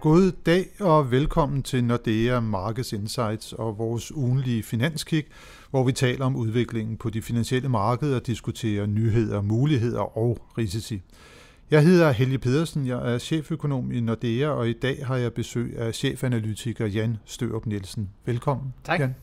God dag og velkommen til Nordea Markets Insights og vores ugenlige finanskig, hvor vi taler om udviklingen på de finansielle markeder og diskuterer nyheder, muligheder og risici. Jeg hedder Helge Pedersen, jeg er cheføkonom i Nordea, og i dag har jeg besøg af chefanalytiker Jan Størup Nielsen. Velkommen. Tak. Jan.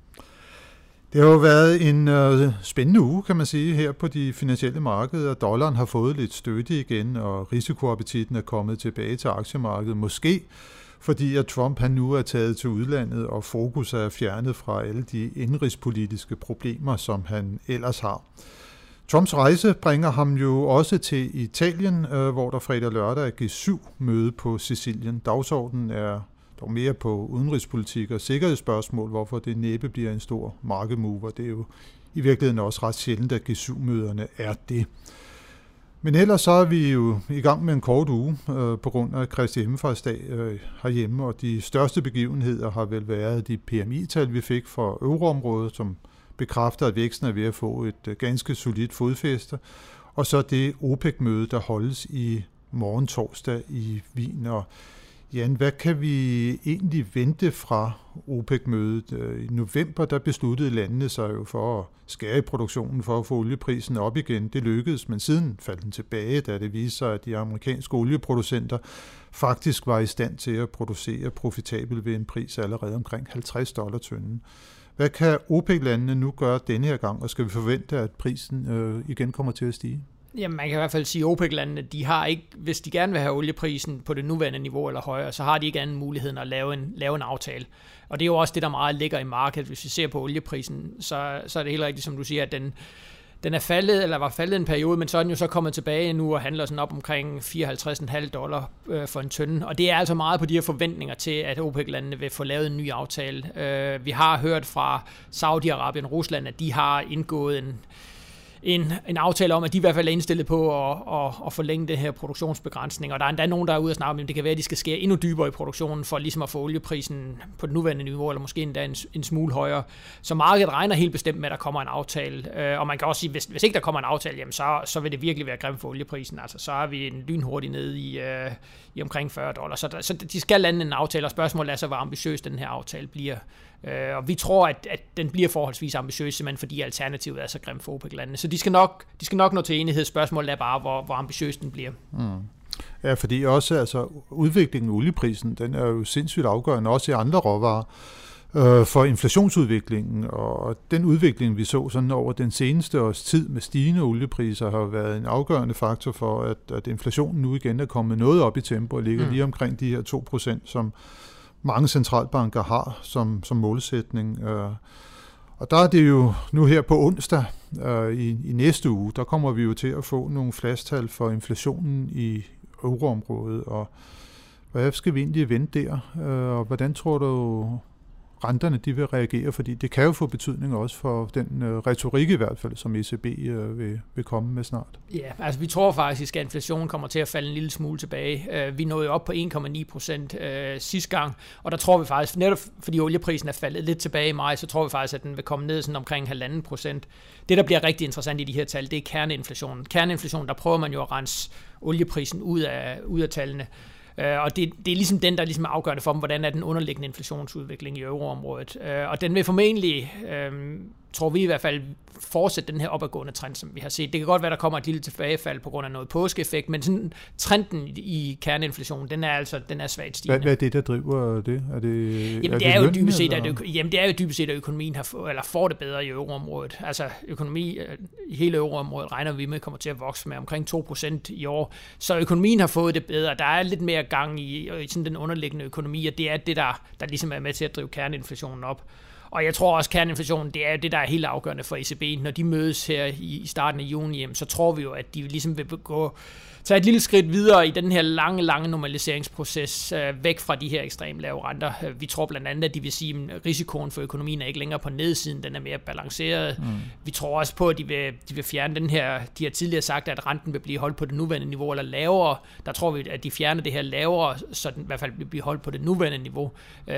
Det har jo været en spændende uge, kan man sige, her på de finansielle markeder. Dollaren har fået lidt støtte igen, og risikoappetitten er kommet tilbage til aktiemarkedet. Måske fordi at Trump han nu er taget til udlandet, og fokus er fjernet fra alle de indrigspolitiske problemer, som han ellers har. Trumps rejse bringer ham jo også til Italien, hvor der fredag og lørdag er G7-møde på Sicilien. Dagsordenen er dog mere på udenrigspolitik og sikkerhedsspørgsmål, hvorfor det næppe bliver en stor market mover. Det er jo i virkeligheden også ret sjældent, at G7-møderne er det. Men ellers så er vi jo i gang med en kort uge på grund af Kristi Himmelfartsdag herhjemme, og de største begivenheder har vel været de PMI-tal, vi fik fra euroområdet, som bekræfter, at væksten er ved at få et ganske solidt fodfæste, og så det OPEC-møde, der holdes i morgen torsdag i Wien. Og Jan, hvad kan vi egentlig vente fra OPEC-mødet? I november der besluttede landene sig jo for at skære i produktionen for at få olieprisen op igen. Det lykkedes, men siden faldt den tilbage, da det viste sig, at de amerikanske olieproducenter faktisk var i stand til at producere profitabelt ved en pris allerede omkring $50 tønden. Hvad kan OPEC-landene nu gøre denne her gang, og skal vi forvente, at prisen igen kommer til at stige? Jamen, man kan i hvert fald sige, at OPEC-landene, de har ikke, hvis de gerne vil have olieprisen på det nuværende niveau eller højere, så har de ikke anden mulighed end at lave en aftale. Og det er jo også det, der meget ligger i markedet. Hvis vi ser på olieprisen, så er det helt rigtigt, som du siger, at den er faldet, eller var faldet en periode, men så er den jo så kommet tilbage nu og handler sådan op omkring $54,5 for en tønde. Og det er altså meget på de her forventninger til, at OPEC-landene vil få lavet en ny aftale. Vi har hørt fra Saudi-Arabien og Rusland, at de har indgået en aftale om, at de i hvert fald er indstillet på at forlænge det her produktionsbegrænsning, og der er endda nogen, der er ude og snakke om, at det kan være, at de skal skære endnu dybere i produktionen, for ligesom at få olieprisen på det nuværende niveau, eller måske endda en smule højere. Så markedet regner helt bestemt med, at der kommer en aftale, og man kan også sige, hvis ikke der kommer en aftale, jamen så vil det virkelig være grimt for olieprisen, altså så er vi en lynhurtigt nede i omkring $40. Så de skal lande en aftale, og spørgsmålet er så, hvor ambitiøs den her aftale bliver. Og vi tror, at den bliver forholdsvis ambitiøs, simpelthen fordi alternativet er så grimt for OPEC-landene. Så de skal nok nå til enighed. Spørgsmålet er bare, hvor ambitiøs den bliver. Ja, fordi også altså, udviklingen af olieprisen, den er jo sindssygt afgørende, også i andre råvarer, for inflationsudviklingen. Og den udvikling, vi så sådan over den seneste års tid med stigende oliepriser, har været en afgørende faktor for, at inflationen nu igen er kommet noget op i tempo og ligger lige omkring de her 2%, som mange centralbanker har som målsætning. Og der er det jo nu her på onsdag i næste uge, der kommer vi jo til at få nogle flastal for inflationen i euroområdet. Og hvad skal vi egentlig vente der? Og hvordan tror du, renterne de vil reagere? Fordi det kan jo få betydning også for den retorik i hvert fald, som ECB vil komme med snart. Ja, altså vi tror faktisk, at inflationen kommer til at falde en lille smule tilbage. Vi nåede op på 1,9% sidste gang, og der tror vi faktisk, netop fordi olieprisen er faldet lidt tilbage i maj, så tror vi faktisk, at den vil komme ned sådan omkring 1,5%. Det, der bliver rigtig interessant i de her tal, det er kerneinflationen. Kerneinflationen, der prøver man jo at rense olieprisen ud af tallene. Og det er ligesom den, der ligesom er afgørende for dem, hvordan er den underliggende inflationsudvikling i euroområdet. Og den vil formentlig, tror vi i hvert fald, fortsætte den her opadgående trend, som vi har set. Det kan godt være, der kommer et lille tilbagefald på grund af noget påskeeffekt, men sådan, trenden i kerneinflationen, den er svagt stigende. Hvad er det, der driver det? Det er jo dybest set, at økonomien får det bedre i euroområdet. Altså økonomi i hele euroområdet regner vi med kommer til at vokse med omkring 2% i år. Så økonomien har fået det bedre. Der er lidt mere gang i sådan den underliggende økonomi, og det er det, der ligesom er med til at drive kerneinflationen op. Og jeg tror også, at kerneinflationen, det er det, der er helt afgørende for ECB. Når de mødes her i starten af juni, så tror vi jo, at de ligesom vil tage et lille skridt videre i den her lange normaliseringsproces væk fra de her ekstremt lave renter. Vi tror blandt andet, at de vil sige, at risikoen for økonomien er ikke længere på nedsiden, den er mere balanceret. Vi tror også på, at de vil fjerne den her, de har tidligere sagt, at renten vil blive holdt på det nuværende niveau eller lavere. Der tror vi, at de fjerner det her lavere, så den i hvert fald vil blive holdt på det nuværende niveau.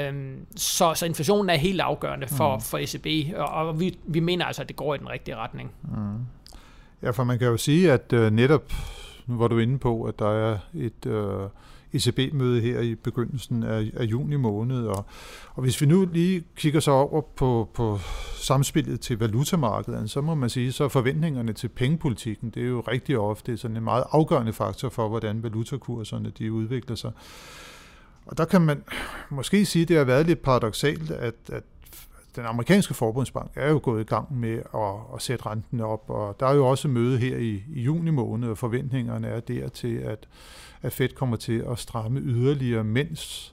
Så inflationen er helt afgørende for ECB, og vi mener altså, at det går i den rigtige retning. Ja, for man kan jo sige, at netop Nu var du inde på, at der er et ECB-møde her i begyndelsen af juni måned, og hvis vi nu lige kigger så over på samspillet til valutamarkedet, så må man sige, så forventningerne til pengepolitikken, det er jo rigtig ofte sådan en meget afgørende faktor for, hvordan valutakurserne de udvikler sig. Og der kan man måske sige, at det har været lidt paradoksalt, at den amerikanske forbundsbank er jo gået i gang med at sætte renten op, og der er jo også møde her i juni måned, og forventningerne er dertil, at Fed kommer til at stramme yderligere, mens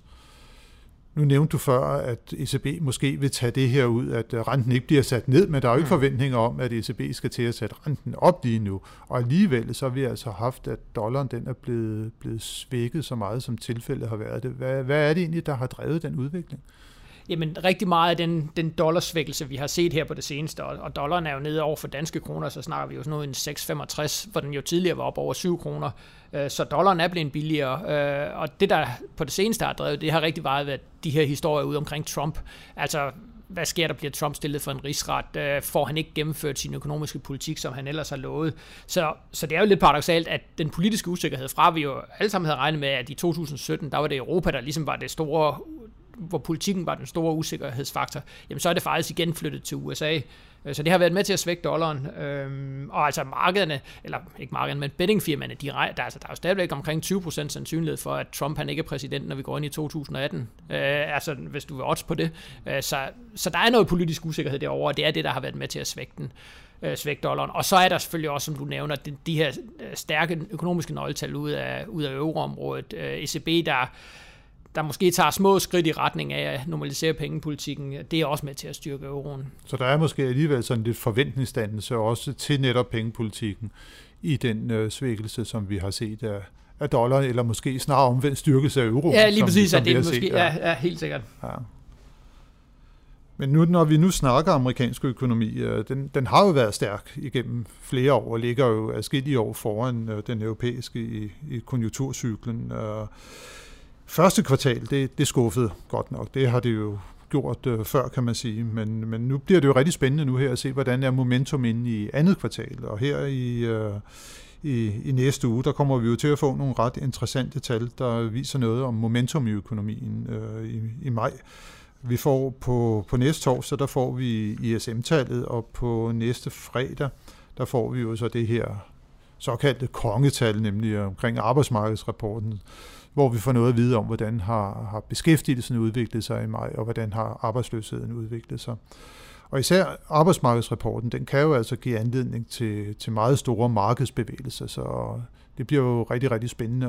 nu nævnte du før, at ECB måske vil tage det her ud, at renten ikke bliver sat ned, men der er jo ikke forventninger om, at ECB skal til at sætte renten op lige nu. Og alligevel så har vi altså haft, at dollaren den er blevet svækket så meget, som tilfældet har været det. Hvad er det egentlig, der har drevet den udvikling? Jamen rigtig meget af den dollarsvækkelse, vi har set her på det seneste, og dollaren er jo nede over for danske kroner, så snakker vi jo sådan noget en 6,65, hvor den jo tidligere var op over 7 kroner. Så dollaren er blevet billigere, og det der på det seneste har drevet, det har rigtig meget været de her historier ude omkring Trump. Altså, hvad sker der? Bliver Trump stillet for en rigsret? Får han ikke gennemført sin økonomiske politik, som han ellers har lovet? Så det er jo lidt paradoksalt, at den politiske usikkerhed fra, vi jo alle sammen havde regnet med, at i 2017, der var det Europa, der ligesom var det store, hvor politikken var den store usikkerhedsfaktor, jamen så er det faktisk igen flyttet til USA. Så det har været med til at svække dollaren. Og altså markederne, eller ikke markederne, men bettingfirmaerne, der er jo stadigvæk omkring 20% sandsynlighed for, at Trump han ikke er præsident, når vi går ind i 2018. Altså hvis du vil odds på det. Så der er noget politisk usikkerhed derovre, og det er det, der har været med til at svække dollaren. Og så er der selvfølgelig også, som du nævner, de her stærke økonomiske nøgletal ud af euroområdet. ECB, der måske tager små skridt i retning af at normalisere pengepolitikken, det er også med til at styrke euroen. Så der er måske alligevel sådan lidt forventningsdannelse også til netop pengepolitikken i den svækkelse, som vi har set af dollar, eller måske snarere omvendt styrkelse af euroen. Ja, lige præcis, at det er måske, ja, helt sikkert. Ja. Men nu, når vi nu snakker amerikansk økonomi, den har jo været stærk igennem flere år, og ligger jo adskillige år foran den europæiske i konjunkturcyklen. Første kvartal, det skuffede godt nok. Det har det jo gjort før, kan man sige. Men nu bliver det jo rigtig spændende nu her at se, hvordan er momentum inde i andet kvartal. Og her i næste uge, der kommer vi jo til at få nogle ret interessante tal, der viser noget om momentum i økonomien i maj. Vi får på næste torsdag, der får vi ISM-tallet, og på næste fredag, der får vi jo så det her såkaldte kongetal, nemlig omkring arbejdsmarkedsrapporten, hvor vi får noget at vide om, hvordan har beskæftigelsen udviklet sig i maj, og hvordan har arbejdsløsheden udviklet sig. Og især arbejdsmarkedsrapporten, den kan jo altså give anledning til meget store markedsbevægelser, så det bliver jo rigtig, rigtig spændende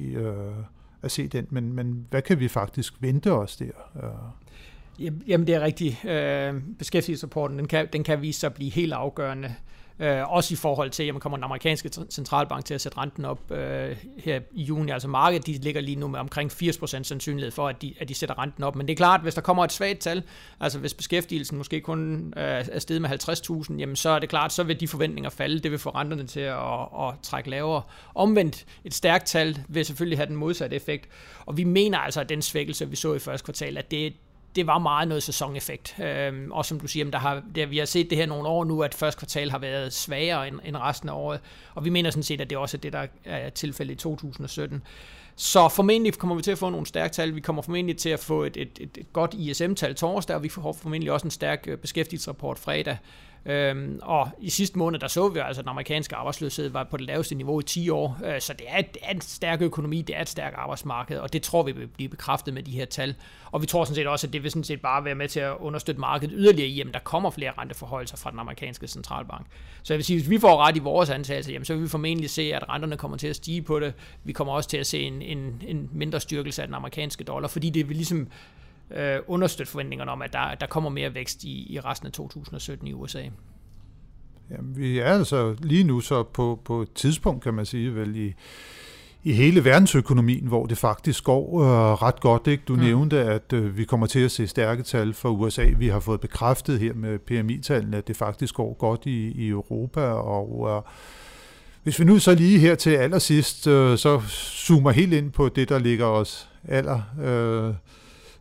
at se den. Men hvad kan vi faktisk vente os der? Jamen det er rigtigt. Beskæftigelsesrapporten, den kan vise sig at blive helt afgørende. Også i forhold til, at man kommer den amerikanske centralbank til at sætte renten op her i juni. Altså markedet, de ligger lige nu med omkring 80% sandsynlighed for, at de sætter renten op. Men det er klart, hvis der kommer et svagt tal, altså hvis beskæftigelsen måske kun er steget med 50.000, jamen så er det klart, så vil de forventninger falde. Det vil få renterne til at trække lavere. Omvendt, et stærkt tal vil selvfølgelig have den modsatte effekt. Og vi mener altså, at den svækkelse, vi så i første kvartal, at det var meget noget sæsoneffekt. Og som du siger, vi har set det her nogle år nu, at første kvartal har været svagere end resten af året. Og vi mener sådan set, at det også er det, der er tilfældet i 2017. Så formentlig kommer vi til at få nogle stærke tal. Vi kommer formentlig til at få et godt ISM-tal torsdag, og vi får formentlig også en stærk beskæftigelsesrapport fredag. Og i sidste måned, der så vi altså, at den amerikanske arbejdsløshed var på det laveste niveau i 10 år. Så det er en stærk økonomi, det er et stærkt arbejdsmarked, og det tror vi vil blive bekræftet med de her tal. Og vi tror sådan set også, at det vil sådan set bare være med til at understøtte markedet yderligere i, at der kommer flere renteforhøjelser fra den amerikanske centralbank. Så jeg vil sige, hvis vi får ret i vores antagelse, jamen, så vil vi formentlig se, at renterne kommer til at stige på det. Vi kommer også til at se en mindre styrkelse af den amerikanske dollar, fordi det vil ligesom understøtte forventningerne om, at der kommer mere vækst i resten af 2017 i USA. Jamen, vi er altså lige nu så på et tidspunkt, kan man sige, vel i hele verdensøkonomien, hvor det faktisk går ret godt. Ikke? Du nævnte, at vi kommer til at se stærke tal for USA. Vi har fået bekræftet her med PMI-tallene, at det faktisk går godt i Europa, og hvis vi nu så lige her til allersidst, så zoomer helt ind på det, der ligger os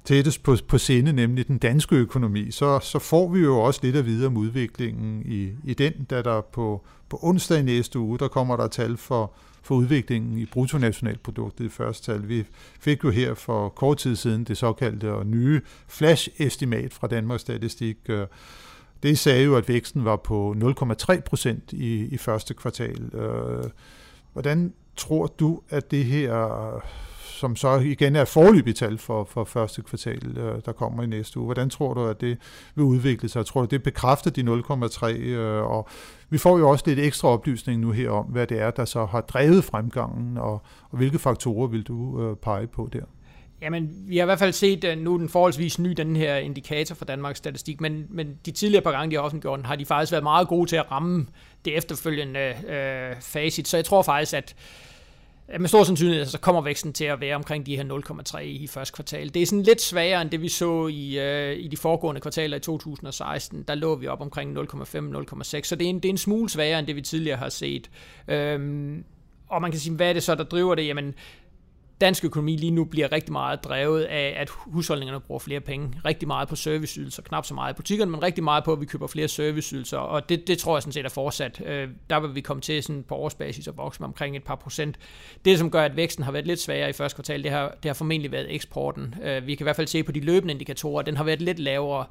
tættest på sinde, nemlig den danske økonomi, så får vi jo også lidt at vide om udviklingen i den, da der på onsdag i næste uge, der kommer der tal for udviklingen i bruttonationalproduktet i første tal. Vi fik jo her for kort tid siden det såkaldte og nye flash-estimat fra Danmarks Statistik. Det sagde jo, at væksten var på 0,3% i første kvartal. Hvordan tror du, at det her, som så igen er foreløbigt tal for første kvartal, der kommer i næste uge, hvordan tror du, at det vil udvikle sig? Jeg tror, at det bekræfter de 0,3, og vi får jo også lidt ekstra oplysning nu her om, hvad det er, der så har drevet fremgangen, og hvilke faktorer vil du pege på der? Jamen, vi har i hvert fald set, nu den forholdsvis ny, den her indikator for Danmarks Statistik, men de tidligere par gange, de har offentliggjort den, har de faktisk været meget gode til at ramme det efterfølgende facit. Så jeg tror faktisk, at med stor sandsynlighed, så kommer væksten til at være omkring de her 0,3 i første kvartal. Det er sådan lidt sværere end det, vi så i de foregående kvartaler i 2016. Der lå vi op omkring 0,5-0,6, så det er en smule sværere end det, vi tidligere har set. Og man kan sige, hvad er det så, der driver det? Jamen, dansk økonomi lige nu bliver rigtig meget drevet af, at husholdningerne bruger flere penge. Rigtig meget på serviceydelser, knap så meget i butikkerne, men rigtig meget på, at vi køber flere serviceydelser, og det tror jeg sådan set er fortsat. Der vil vi komme til sådan på årsbasis og vokse med omkring et par procent. Det, som gør, at væksten har været lidt sværere i første kvartal, det har formentlig været eksporten. Vi kan i hvert fald se på de løbende indikatorer, den har været lidt lavere.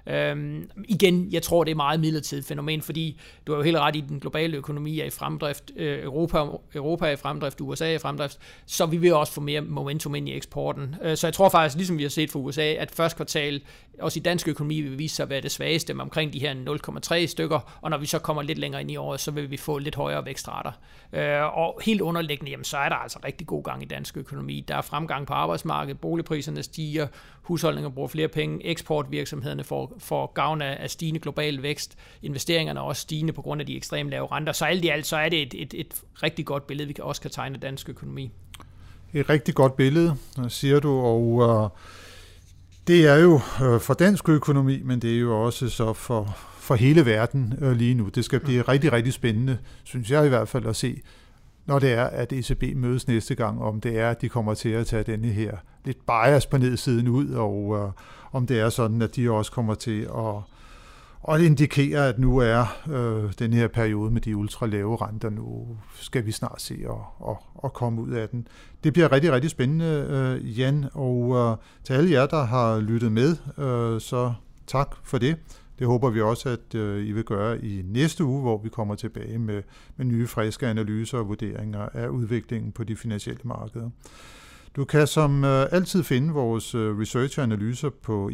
Igen, jeg tror, det er meget midlertidigt fænomen, fordi du har jo helt ret i, den globale økonomi er i fremdrift, Europa er i fremdrift, USA er i fremdrift, så vi vil også få mere momentum ind i eksporten. Så jeg tror faktisk, ligesom vi har set for USA, at første kvartal, også i dansk økonomi, vil vise sig at være det svageste med omkring de her 0,3 stykker, og når vi så kommer lidt længere ind i året, så vil vi få lidt højere vækstrater. Og helt underliggende, jamen, så er der altså rigtig god gang i dansk økonomi. Der er fremgang på arbejdsmarkedet, boligpriserne stiger, husholdninger bruger flere penge, eksportvirksomhederne får gavn af stigende global vækst, investeringerne er også stigende på grund af de ekstremt lave renter, så alt i alt så er det et rigtig godt billede, vi også kan tegne dansk økonomi. Et rigtig godt billede, siger du, og det er jo for dansk økonomi, men det er jo også så for hele verden lige nu. Det skal blive rigtig, rigtig spændende, synes jeg i hvert fald, at se, når det er, at ECB mødes næste gang, om det er, at de kommer til at tage denne her lidt bias på nedsiden ud, og om det er sådan, at de også kommer til at indikere, at nu er den her periode med de ultralave renter, nu skal vi snart se at komme ud af den. Det bliver rigtig, rigtig spændende, Jan, og til alle jer, der har lyttet med, så tak for det. Det håber vi også, at I vil gøre i næste uge, hvor vi kommer tilbage med nye, friske analyser og vurderinger af udviklingen på de finansielle markeder. Du kan som altid finde vores research og analyser på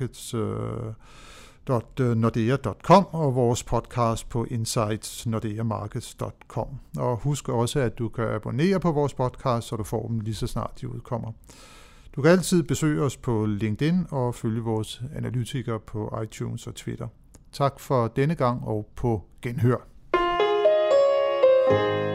emarkets.nordea.com og vores podcast på insightsnordeamarkets.com. Og husk også, at du kan abonnere på vores podcast, så du får dem lige så snart de udkommer. Du kan altid besøge os på LinkedIn og følge vores analytikere på iTunes og Twitter. Tak for denne gang og på genhør.